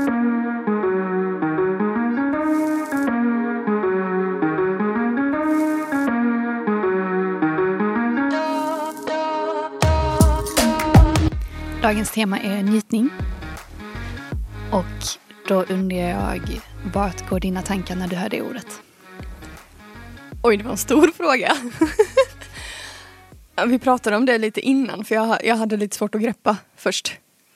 Dagens tema är njutning. Och då undrar jag, vart går dina tankar när du hör det ordet? Oj, det var en stor fråga. Vi pratade om det lite innan, för jag hade lite svårt att greppa först.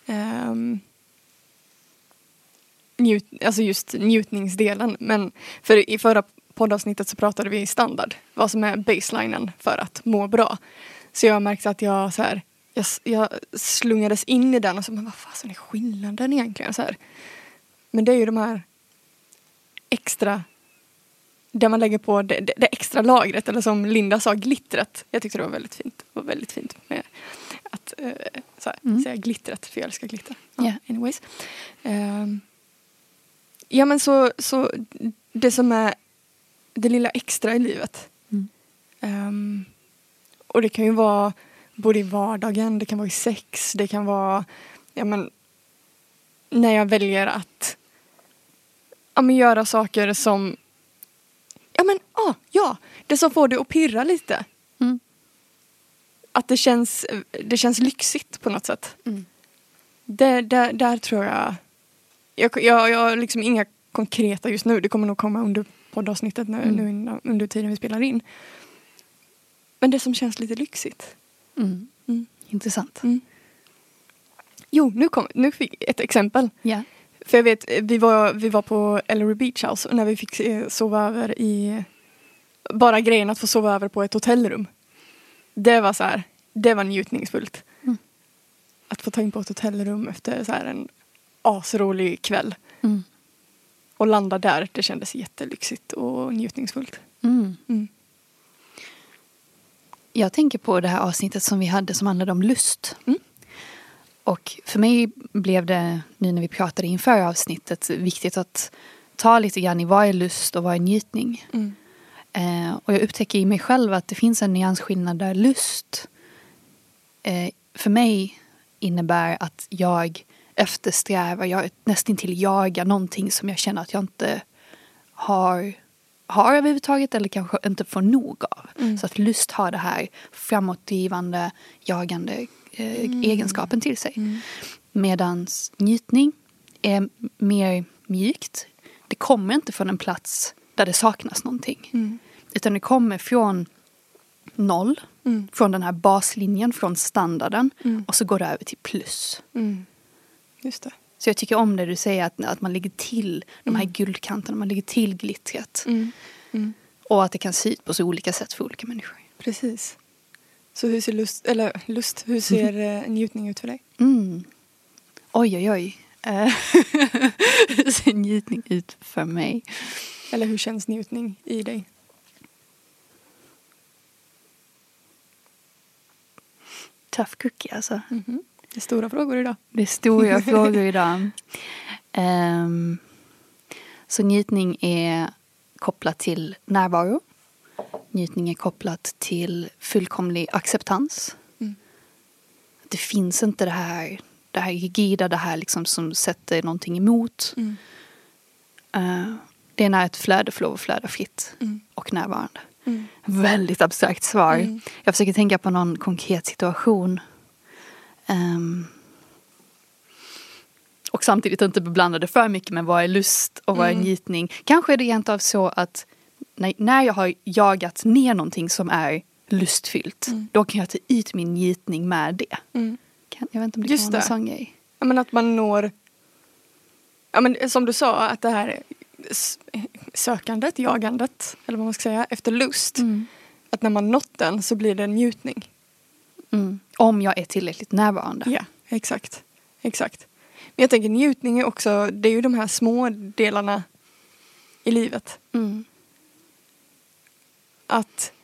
Alltså just njutningsdelen. Men för i förra poddavsnittet så pratade vi standard. Vad som är baselinen för att må bra. Så jag märkte att jag slungades in i den och så, men vad fasen är skillnaden egentligen? Så här. Men det är ju de här extra, där man lägger på det extra lagret, eller som Linda sa, glittret. Jag tyckte det var väldigt fint. Det var väldigt fint med att säga glittret, för jag älskar glitter. Yeah. Anyways. Ja, men så det som är det lilla extra i livet. Och det kan ju vara både i vardagen, det kan vara i sex, det kan vara när jag väljer att göra saker som det som får dig att pirra lite. Att det känns lyxigt på något sätt. Där tror jag har liksom inga konkreta just nu. Det kommer nog komma under poddavsnittet nu under tiden vi spelar in. Men det som känns lite lyxigt. Intressant. Jo, nu fick ett exempel. Yeah. För jag vet, vi var på Ellery Beach House och när vi fick sova över bara grejen att få sova över på ett hotellrum. Det var så här, det var njutningsfullt. Att få ta in på ett hotellrum efter så här en asrolig kväll. Och landa där, det kändes jättelyxigt och njutningsfullt. Jag tänker på det här avsnittet som vi hade som handlade om lust. Och för mig blev det, nu när vi pratade inför avsnittet, viktigt att ta lite grann i vad är lust och vad är njutning. Och jag upptäcker i mig själv att det finns en nyansskillnad där lust för mig innebär att jag eftersträvar, jag nästan till jagar någonting som jag känner att jag inte har överhuvudtaget eller kanske inte får nog av. Så att lust har det här framåtdrivande, jagande egenskapen till sig. Medans njutning är mer mjukt. Det kommer inte från en plats där det saknas någonting. Utan det kommer från noll. Från den här baslinjen, från standarden. Och så går det över till plus. Just det. Så jag tycker om det du säger att man lägger till de här guldkanterna, man lägger till glittret. Och att det kan se ut på så olika sätt för olika människor. Precis. Så hur ser hur ser njutning ut för dig? Oj. Hur ser njutning ut för mig? Eller hur känns njutning i dig? Tough cookie alltså. Det är stora frågor idag. Det är stora frågor idag. Så njutning är kopplat till närvaro. Njutning är kopplat till fullkomlig acceptans. Det finns inte det här rigida, det här liksom som sätter någonting emot. Det är när ett flöde får lov att flöda fritt och närvarande. Väldigt abstrakt svar. Jag försöker tänka på någon konkret situation. Och samtidigt inte beblanda det för mycket med vad är lust och vad är njutning. Kanske är det rent av så att när jag har jagat ner någonting som är lustfyllt, då kan jag ta ut min njutning med det. Jag vet inte om det kan vara en sån grej. Ja, men att man når, som du sa, att det här sökandet, jagandet, eller vad man ska säga, efter lust. Att när man nått den så blir det en njutning. Om jag är tillräckligt närvarande. Ja, exakt. Men jag tänker njutning är också, det är ju de här små delarna i livet. Att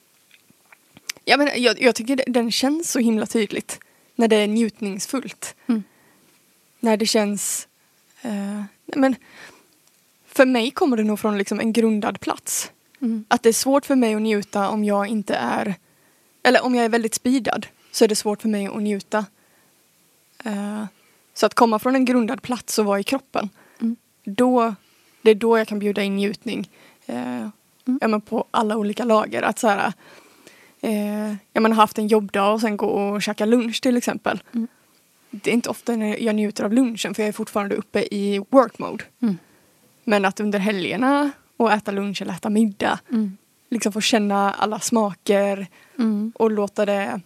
jag tycker den känns så himla tydligt när det är njutningsfullt. När det känns men för mig kommer det nog från liksom en grundad plats. Att det är svårt för mig att njuta om jag inte är, eller om jag är väldigt speedad, så är det svårt för mig att njuta. Så att komma från en grundad plats och vara i kroppen, det är då jag kan bjuda in njutning. Ja, men på alla olika lager. Att så här, jag har haft en jobbdag och sen gå och käka lunch till exempel. Det är inte ofta när jag njuter av lunchen för jag är fortfarande uppe i work mode. Men att under helgerna och äta lunch eller äta middag liksom få känna alla smaker och låta det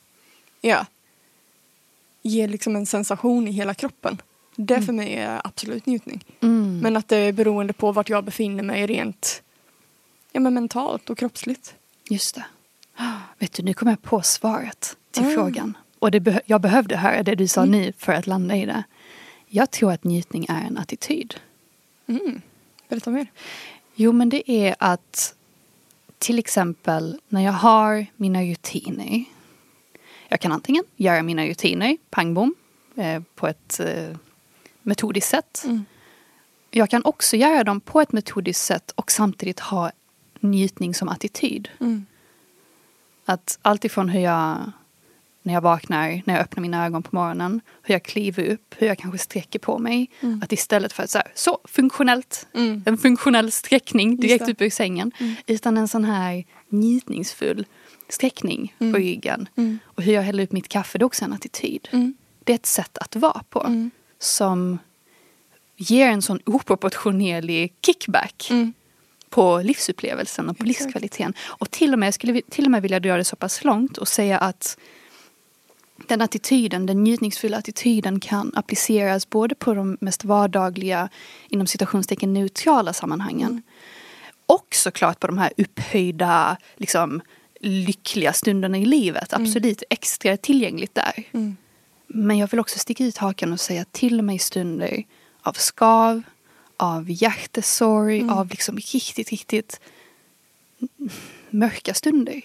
ge liksom en sensation i hela kroppen. Det för mig är absolut njutning. Men att det är beroende på vart jag befinner mig rent mentalt och kroppsligt. Just det. Vet du, nu kommer jag på svaret till frågan. Och jag behövde höra det du sa nu för att landa i det. Jag tror att njutning är en attityd. Berätta mer. Jo, men det är att till exempel när jag har mina rutiner. Jag kan antingen göra mina rutiner, pang bom, på ett metodiskt sätt. Jag kan också göra dem på ett metodiskt sätt och samtidigt ha njutning som attityd. Att allt ifrån hur jag, när jag vaknar, när jag öppnar mina ögon på morgonen, hur jag kliver upp, hur jag kanske sträcker på mig. Att istället för att så funktionellt, en funktionell sträckning direkt upp ur sängen, utan en sån här njutningsfull sträckning på ryggen. Och hur jag häller upp mitt kaffe, det är också en attityd. Det är ett sätt att vara på som ger en sån oproportionerlig kickback på livsupplevelsen och på livskvaliteten. Och jag skulle till och med vilja dra det så pass långt och säga att den attityden, den njutningsfulla attityden kan appliceras både på de mest vardagliga, inom citationstecken neutrala sammanhangen. Och såklart på de här upphöjda, liksom lyckliga stunderna i livet. Absolut extra tillgängligt där. Men jag vill också sticka ut hakan och säga till och med i stunder av skav, av hjärtesorg, av liksom riktigt, riktigt mörka stunder.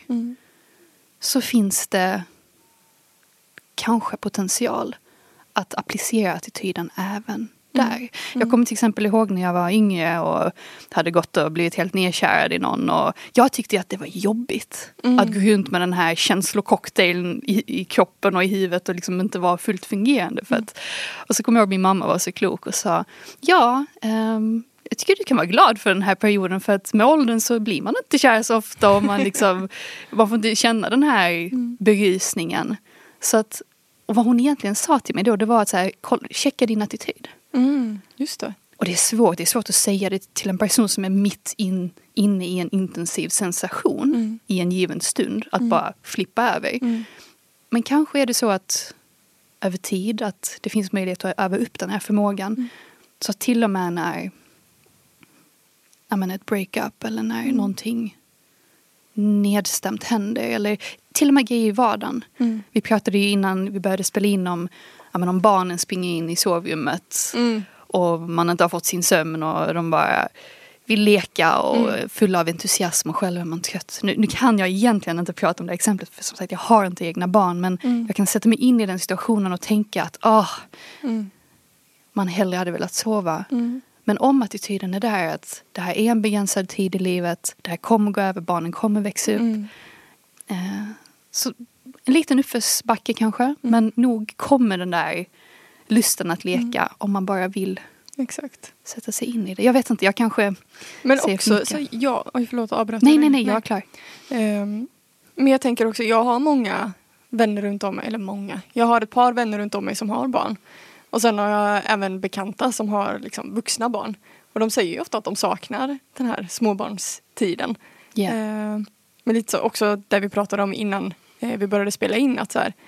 Så finns det kanske potential att applicera attityden även där. Jag kommer till exempel ihåg när jag var yngre och hade gått och blivit helt nedkärad i någon, och jag tyckte att det var jobbigt att gå runt med den här känslococktailen i kroppen och i huvudet och liksom inte vara fullt fungerande för att, och så kommer jag ihåg min mamma var så klok och sa jag tycker du kan vara glad för den här perioden för att med åldern så blir man inte kär så ofta och man får inte känna den här berusningen. Så att, och vad hon egentligen sa till mig då, det var att så här, checka din attityd. Just det. Och det är svårt att säga det till en person som är mitt inne i en intensiv sensation i en given stund, att bara flippa över. Men kanske är det så att över tid att det finns möjlighet att öva upp den här förmågan. Så till och med när ett breakup eller när någonting nedstämt händer eller till och med grejer i vardagen. Vi pratade ju innan vi började spela in om barnen springer in i sovrummet och man inte har fått sin sömn och de bara vill leka och fulla av entusiasm och själv är man trött. Nu kan jag egentligen inte prata om det exemplet för som sagt jag har inte egna barn, men jag kan sätta mig in i den situationen och tänka att man hellre hade velat sova. Men om attityden är där att det här är en begränsad tid i livet, det här kommer gå över, barnen kommer växa upp. Så en liten uppförsbacke kanske, men nog kommer den där lusten att leka om man bara vill sätta sig in i det. Jag vet inte, jag kanske men också, förlåt avbryta. Nej, jag är klar. Men jag tänker också, jag har många vänner runt om mig, eller många. Jag har ett par vänner runt om mig som har barn. Och sen har jag även bekanta som har liksom vuxna barn. Och de säger ju ofta att de saknar den här småbarnstiden. Men lite så också där vi pratade om innan vi började spela in att så här,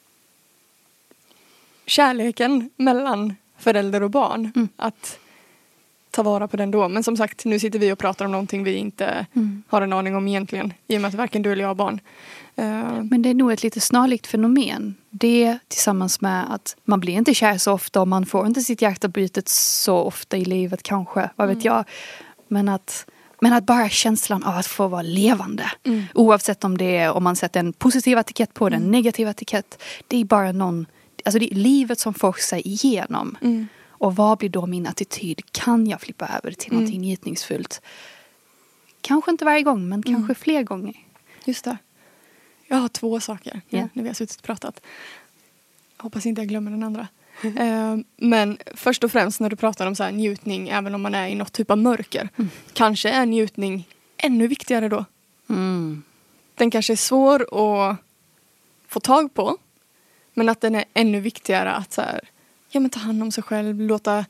kärleken mellan förälder och barn, att ta vara på den då. Men som sagt, nu sitter vi och pratar om någonting vi inte har en aning om egentligen, i och med att varken du eller jag har barn. Men det är nog ett lite snarlikt fenomen. Det tillsammans med att man blir inte kär så ofta och man får inte sitt hjärta brutet så ofta i livet kanske, vad vet jag. Men att bara känslan av att få vara levande. Oavsett om man sätter en positiv etikett på den, en negativ etikett. Det är bara det är livet som får sig igenom. Och vad blir då min attityd? Kan jag flippa över till någonting njutningsfullt? Kanske inte varje gång, men kanske fler gånger. Just det. Jag har 2 saker när vi har suttit och pratat. Jag hoppas inte jag glömmer den andra. Men först och främst när du pratar om så här njutning, även om man är i något typ av mörker, kanske är njutning ännu viktigare då. Den kanske är svår att få tag på, men att den är ännu viktigare att så här, ja, men ta hand om sig själv, låta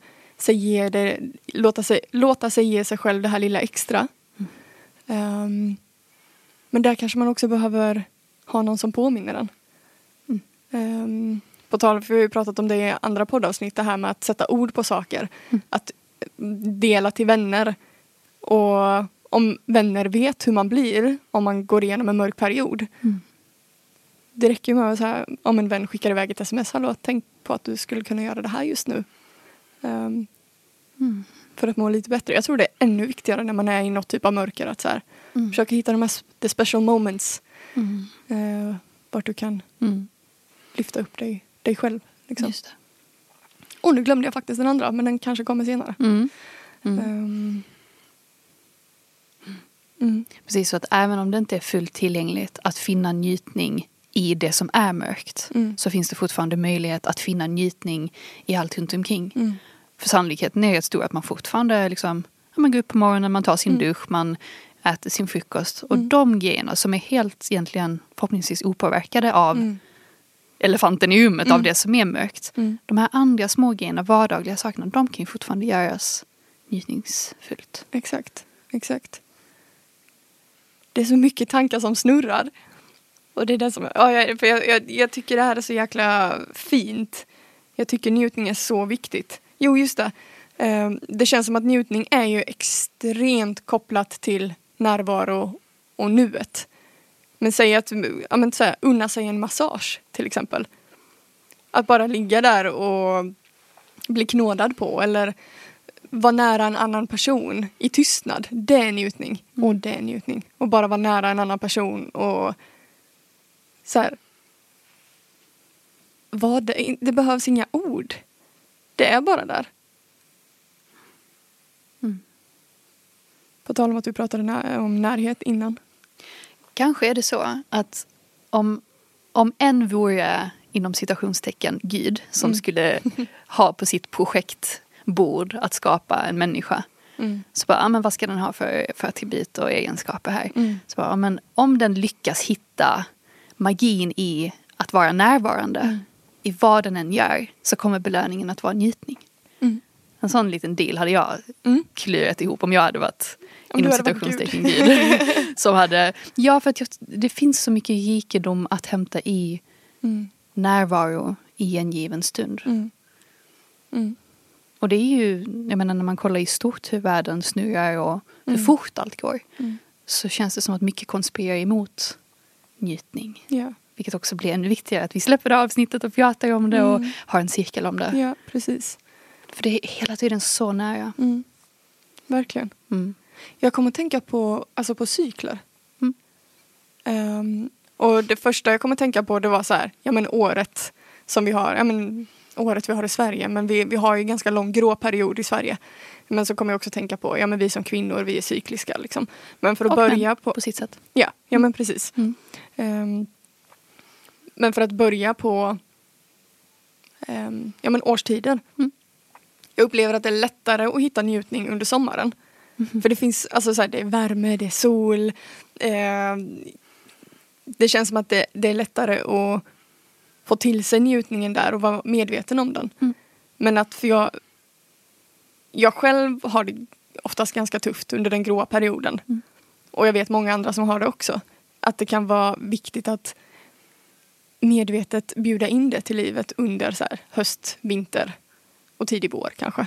sig ge sig själv det här lilla extra. Men där kanske man också behöver ha någon som påminner den. På tal, för vi har ju pratat om det i andra poddavsnitt, det här med att sätta ord på saker. Att dela till vänner. Och om vänner vet hur man blir om man går igenom en mörk period. Det räcker ju med att så här, om en vän skickar iväg ett sms. Hallå, tänk på att du skulle kunna göra det här just nu. För att må lite bättre. Jag tror det är ännu viktigare när man är i något typ av mörker. Att så här, försöka hitta de här the special moments. Vart du kan lyfta upp dig själv. Liksom. Just det. Och nu glömde jag faktiskt den andra, men den kanske kommer senare. Precis, så att även om det inte är fullt tillgängligt att finna njutning i det som är mörkt, så finns det fortfarande möjlighet att finna njutning i allt runt omkring. För sannolikheten är rätt stor att man fortfarande liksom, man går upp på morgonen, man tar sin dusch, man äter sin frukost. Och de grejerna som är helt egentligen förhoppningsvis opåverkade av elefanten i rummet, av det som är mörkt. De här andra små grejerna, vardagliga sakerna, de kan ju fortfarande göras njutningsfullt. Exakt. Det är så mycket tankar som snurrar. Och det är det som... jag tycker det här är så jäkla fint. Jag tycker njutning är så viktigt. Jo, just det. Det känns som att njutning är ju extremt kopplat till närvaro och nuet. Men säg att unna sig en massage till exempel. Att bara ligga där och bli knådad på. Eller vara nära en annan person i tystnad. Det är njutning. Och det är njutning. Och bara vara nära en annan person och så här. Det behövs inga ord. Det är bara där. På tal om att du pratade om närhet innan. Kanske är det så att om en vore inom citationstecken Gud som skulle ha på sitt projektbord att skapa en människa. Så bara, men vad ska den ha för attribut och egenskaper här? Så bara, men om den lyckas hitta magin i att vara närvarande i vad den än gör, så kommer belöningen att vara njutning. En sån liten deal hade jag klurat ihop om jag hade varit inom citationstecken Gud. Som hade, för att det finns så mycket rikedom att hämta i närvaro i en given stund. Och det är ju, jag menar, när man kollar i stort hur världen snurrar och hur fort allt går, så känns det som att mycket konspirerar emot njutning. Ja. Vilket också blir ännu viktigare att vi släpper det avsnittet och pratar om det och har en cirkel om det. Ja, precis. För det är hela tiden så nära. Verkligen. Jag kommer att tänka på cykler. Och det första jag kommer att tänka på, det var så här, året som vi har, året vi har i Sverige, men vi har ju en ganska lång grå period i Sverige. Men så kommer jag också tänka på, vi som kvinnor, vi är cykliska liksom. Men för att börja på sitt sätt. Ja, men precis. Men för att börja på årstider. Jag upplever att det är lättare att hitta njutning under sommaren. För det finns, det är värme, det är sol. Det känns som att det är lättare att få till sig njutningen där och vara medveten om den. Men att för jag själv har det oftast ganska tufft under den gråa perioden. Och jag vet många andra som har det också. Att det kan vara viktigt att medvetet bjuda in det till livet under så här höst, vinter och tidig vår kanske.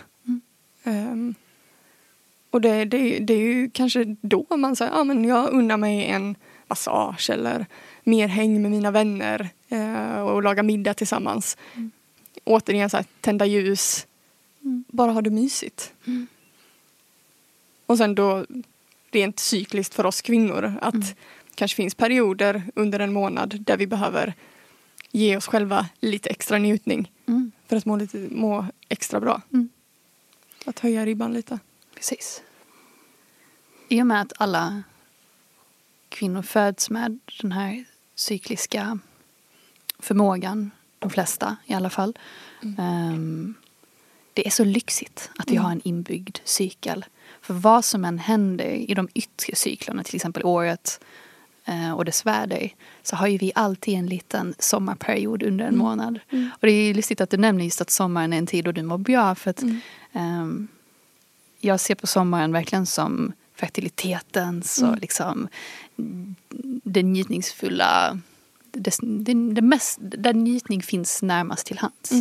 Och det är ju kanske då man säger, men jag unnar mig en massage eller mer häng med mina vänner och laga middag tillsammans. Återigen så här, tända ljus. Bara ha det mysigt. Och sen då rent cykliskt för oss kvinnor att kanske finns perioder under en månad där vi behöver ge oss själva lite extra njutning för att må extra bra. Att höja ribban lite. Precis. I och med att alla kvinnor föds med den här cykliska förmågan, de flesta i alla fall. Det är så lyxigt att vi har en inbyggd cykel. För vad som än händer i de yttre cyklerna, till exempel året och dess väder, så har ju vi alltid en liten sommarperiod under en månad. Och det är ju lustigt att du nämner just att sommaren är en tid då du mår bra, för att jag ser på sommaren verkligen som fertilitetens och liksom den njutningsfulla, det mest, där njutning finns närmast till hands.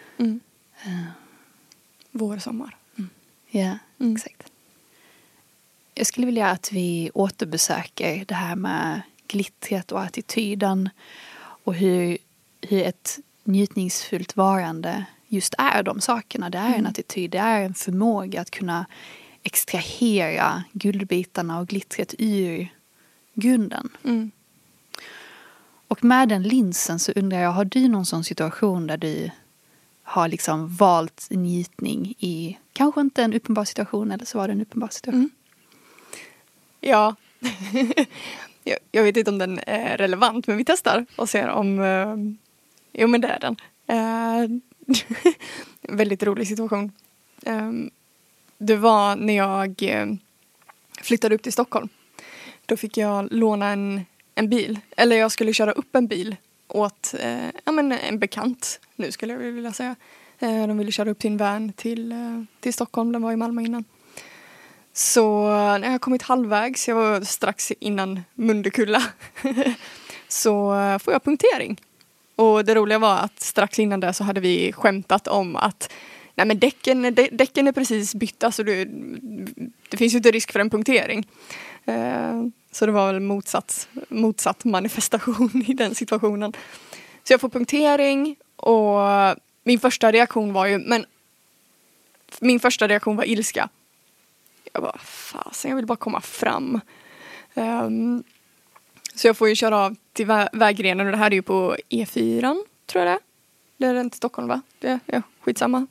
Vår sommar. Ja, exakt. Jag skulle vilja att vi återbesöker det här med glittret och attityden och hur ett njutningsfullt varande just är de sakerna. Det är en attityd, det är en förmåga att kunna extrahera guldbitarna och glittret ur grunden. Och med den linsen så undrar jag, har du någon sån situation där du har liksom valt njutning i kanske inte en uppenbar situation, eller så var det en uppenbar situation? Ja. Jag vet inte om den är relevant, men vi testar och ser om... Jo, men det är den. Väldigt rolig situation. Det var när jag flyttade upp till Stockholm. Då fick jag låna en bil. Eller jag skulle köra upp en bil åt en bekant, nu skulle jag vilja säga. De ville köra upp sin van till Stockholm, den var i Malmö innan. Så när jag kommit halvvägs, jag var strax innan Mundekulla, så får jag punktering. Och det roliga var att strax innan det så hade vi skämtat om att nej, men däcken är precis bytta, så det finns ju inte risk för en punktering. Så det var väl motsatt manifestation i den situationen. Så jag får punktering och min första reaktion var ilska. Jag bara, fasen, jag vill bara komma fram. Så jag får ju köra av till vägrenen, och det här är ju på E4, tror jag det är. Det är inte Stockholm, va? Ja, skitsamma.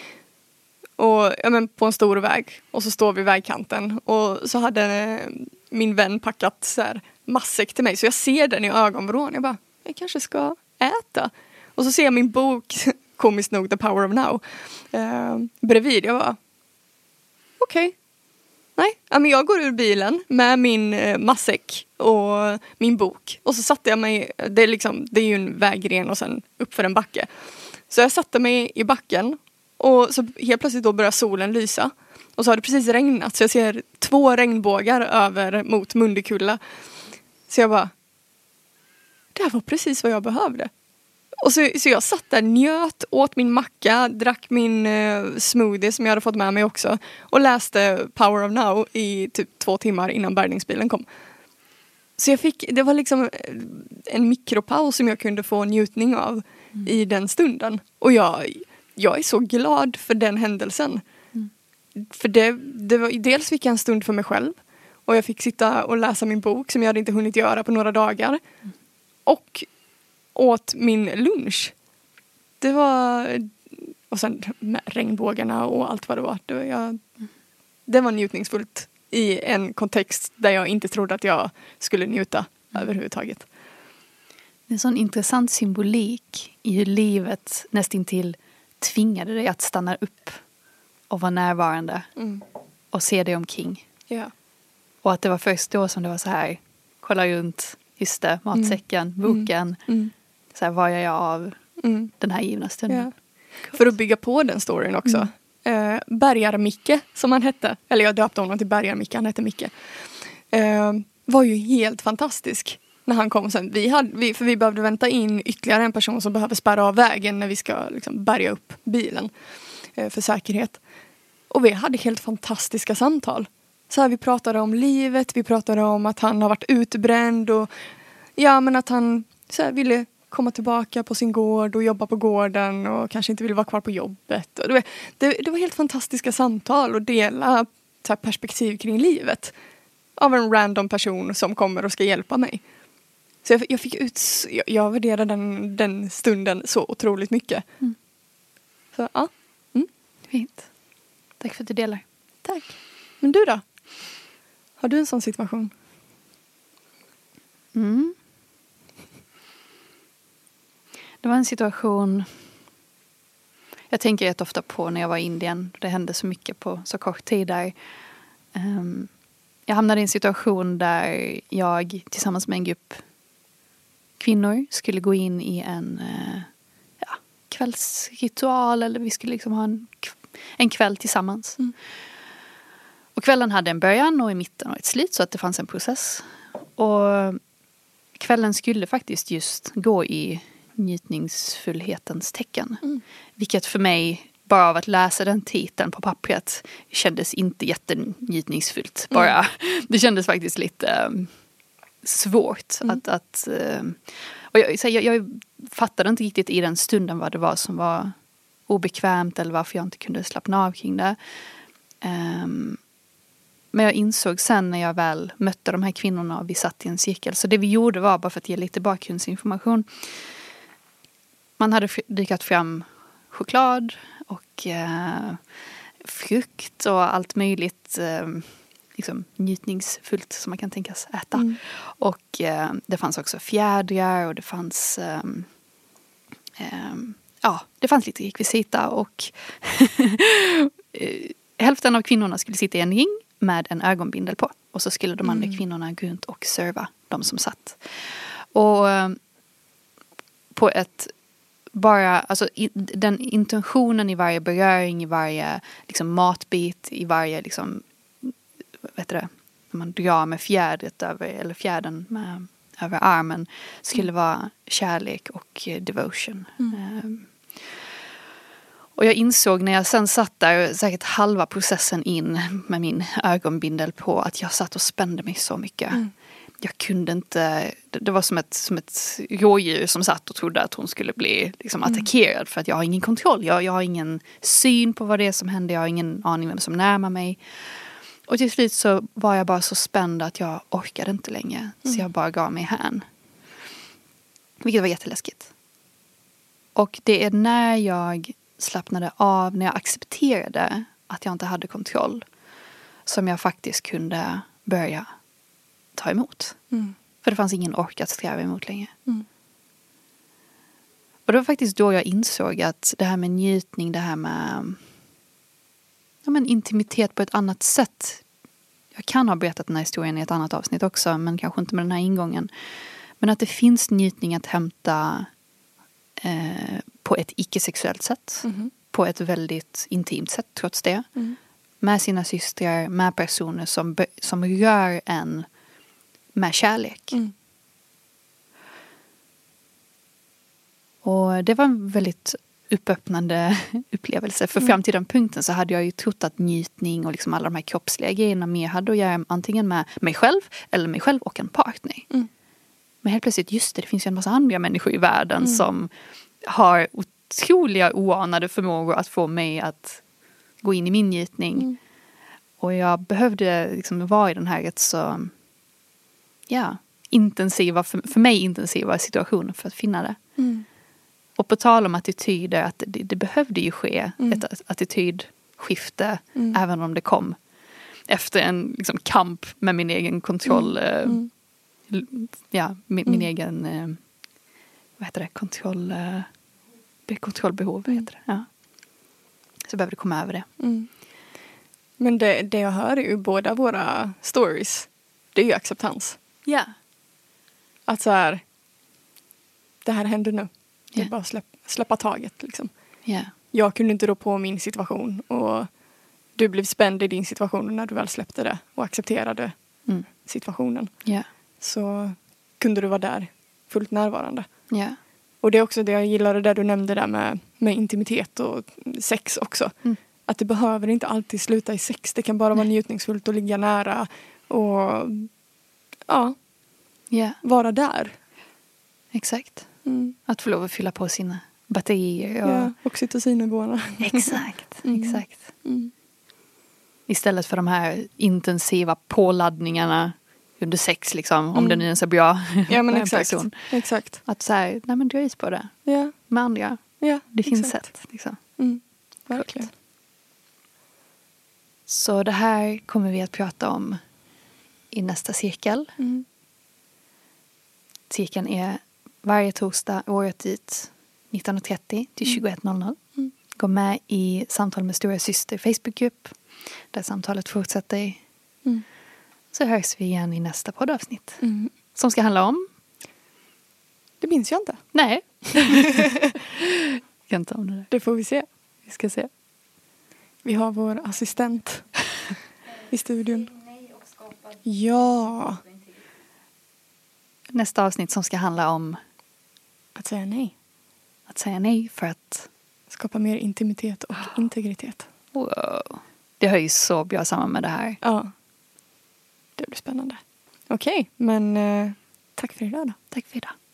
Och på en stor väg. Och så står vi vid vägkanten. Och så hade min vän packat så här matsäck till mig. Så jag ser den i ögonvrån. Jag bara, jag kanske ska äta. Och så ser jag min bok, komiskt nog, The Power of Now, bredvid. Jag bara, okej. Nej, men jag går ur bilen med min matsäck och min bok. Och så satte jag mig, det är ju en vägren och sen upp för en backe. Så jag satte mig i backen och så helt plötsligt då börjar solen lysa. Och så har det precis regnat, så jag ser 2 regnbågar över mot Mundekulla. Så jag bara, det här var precis vad jag behövde. Och så jag satt där, njöt, åt min macka, drack min smoothie som jag hade fått med mig också. Och läste Power of Now i typ 2 timmar innan bärgningsbilen kom. Så det var liksom en mikropaus som jag kunde få njutning av i den stunden. Och jag är så glad för den händelsen. För det var dels fick jag en stund för mig själv. Och jag fick sitta och läsa min bok som jag hade inte hunnit göra på några dagar. Och åt min lunch. Det var... Och sen med regnbågarna och allt vad det var. Det var njutningsfullt i en kontext där jag inte trodde att jag skulle njuta överhuvudtaget. Det är en sån intressant symbolik i hur livet nästintill tvingade dig att stanna upp och vara närvarande och se dig omkring. Ja. Och att det var först då som det var så här, kolla runt, just det, matsäcken, boken. Så här, vad gör jag av den här givna stunden? Ja. För att bygga på den storyn också. Bergar-Micke, som han hette, eller jag döpte honom till Bergar-Micke, han hette Micke, var ju helt fantastisk när han kom sen. För vi behövde vänta in ytterligare en person som behöver spärra av vägen när vi ska liksom bärga upp bilen för säkerhet. Och vi hade helt fantastiska samtal. Så här, vi pratade om livet, vi pratade om att han har varit utbränd och att han så här, ville komma tillbaka på sin gård och jobba på gården och kanske inte ville vara kvar på jobbet. Och det var helt fantastiska samtal och dela så här, perspektiv kring livet av en random person som kommer och ska hjälpa mig. Så jag värderade den stunden så otroligt mycket. Så ja. Fint. Tack för att du delar. Tack. Men du då? Har du en sån situation? Det var en situation... Jag tänker rätt ofta på när jag var i Indien. Det hände så mycket på så kort tid där. Jag hamnade i en situation där jag tillsammans med en grupp kvinnor skulle gå in i en kvällsritual. Eller vi skulle liksom ha en kväll tillsammans. Mm. Och kvällen hade en början och i mitten och ett slut, så att det fanns en process. Och kvällen skulle faktiskt just gå i njutningsfullhetens tecken. Mm. Vilket för mig, bara av att läsa den titeln på pappret, kändes inte jättenjutningsfullt. Det kändes faktiskt lite svårt. Och jag fattade inte riktigt i den stunden vad det var som var obekvämt eller varför jag inte kunde slappna av kring det. Men jag insåg sen när jag väl mötte de här kvinnorna och vi satt i en cirkel. Så det vi gjorde var, bara för att ge lite bakgrundsinformation. Man hade dykat fram choklad och frukt och allt möjligt liksom njutningsfullt som man kan tänkas äta. Mm. Och det fanns också fjädrar och det fanns det fanns lite rekvisita och hälften av kvinnorna skulle sitta i en ring med en ögonbindel på. Och så skulle de andra kvinnorna gå runt och serva de som satt. Och på ett den intentionen i varje beröring, i varje liksom matbit, i varje liksom, när man drar med fjädret eller fjädern över armen, skulle vara kärlek och devotion. Och jag insåg när jag sen satt där, säkert halva processen in med min ögonbindel på, att jag satt och spände mig så mycket. Jag kunde inte, det var som ett rådjur som satt och trodde att hon skulle bli liksom attackerad, för att jag har ingen kontroll. Jag har ingen syn på vad det är som händer, jag har ingen aning vem som närmar mig. Och till slut så var jag bara så spänd att jag orkade inte längre. Så jag bara gav mig hän. Vilket var jätteläskigt. Och det är när jag slappnade av, när jag accepterade att jag inte hade kontroll, som jag faktiskt kunde börja ta emot. För det fanns ingen ork att sträva emot längre. Och det var faktiskt då jag insåg att det här med njutning, det här med intimitet på ett annat sätt. Jag kan ha berättat den här historien i ett annat avsnitt också, men kanske inte med den här ingången. Men att det finns njutning att hämta på ett icke-sexuellt sätt. På ett väldigt intimt sätt trots det. Med sina systrar, med personer som rör en med kärlek. Och det var en väldigt uppöppnande upplevelse. För fram till den punkten så hade jag ju trott att njutning och liksom alla de här kroppsliga grejerna mer hade att göra antingen med mig själv eller mig själv och en partner. Men helt plötsligt, just det finns ju en massa andra människor i världen som har otroliga oanade förmågor att få mig att gå in i min njutning. Och jag behövde liksom vara i den här rätt så intensiva, för mig intensiva situationen för att finna det. Och på tal om attityder, att det behövde ju ske ett attitydskifte, även om det kom efter en liksom kamp med min egen kontroll. Min egen kontrollbehov heter det. Ja. Så behöver det komma över det. Men det jag hör är ju båda våra stories, det är ju acceptans. Ja. Att så här, det här händer nu. Det är bara släppa taget liksom. Jag kunde inte rå på min situation, och du blev spänd i din situation, när du väl släppte det och accepterade situationen. Så kunde du vara där fullt närvarande. Och det är också det jag gillade där du nämnde där med intimitet och sex också. Att det behöver inte alltid sluta i sex. Det kan bara vara njutningsfullt och ligga nära och vara där. Exakt. Att få lov att fylla på sina batterier. Och oxytocinnivåerna. Exakt. Istället för de här intensiva påladdningarna under sex liksom, om det nu är så bra. Ja, men exakt. Att så här, nej men dra is på det. Med andra. Det finns sätt liksom. Verkligen. Så det här kommer vi att prata om i nästa cirkel. Cirkeln är varje torsdag året ut 19.30 till 21.00. Gå med i Samtal med stora syster Facebookgrupp. Där samtalet fortsätter. Så hörs vi igen i nästa poddavsnitt. Som ska handla om... Det minns jag inte. Nej. Jag kan inte om det där. Det får vi se. Vi ska se. Vi har vår assistent i studion. Ja. Nästa avsnitt som ska handla om... Att säga nej. Att säga nej för att... Skapa mer intimitet och integritet. Wow. Det hör ju så bra samman med det här. Ja. Det blir spännande. Okej, men tack för idag då. Tack för idag.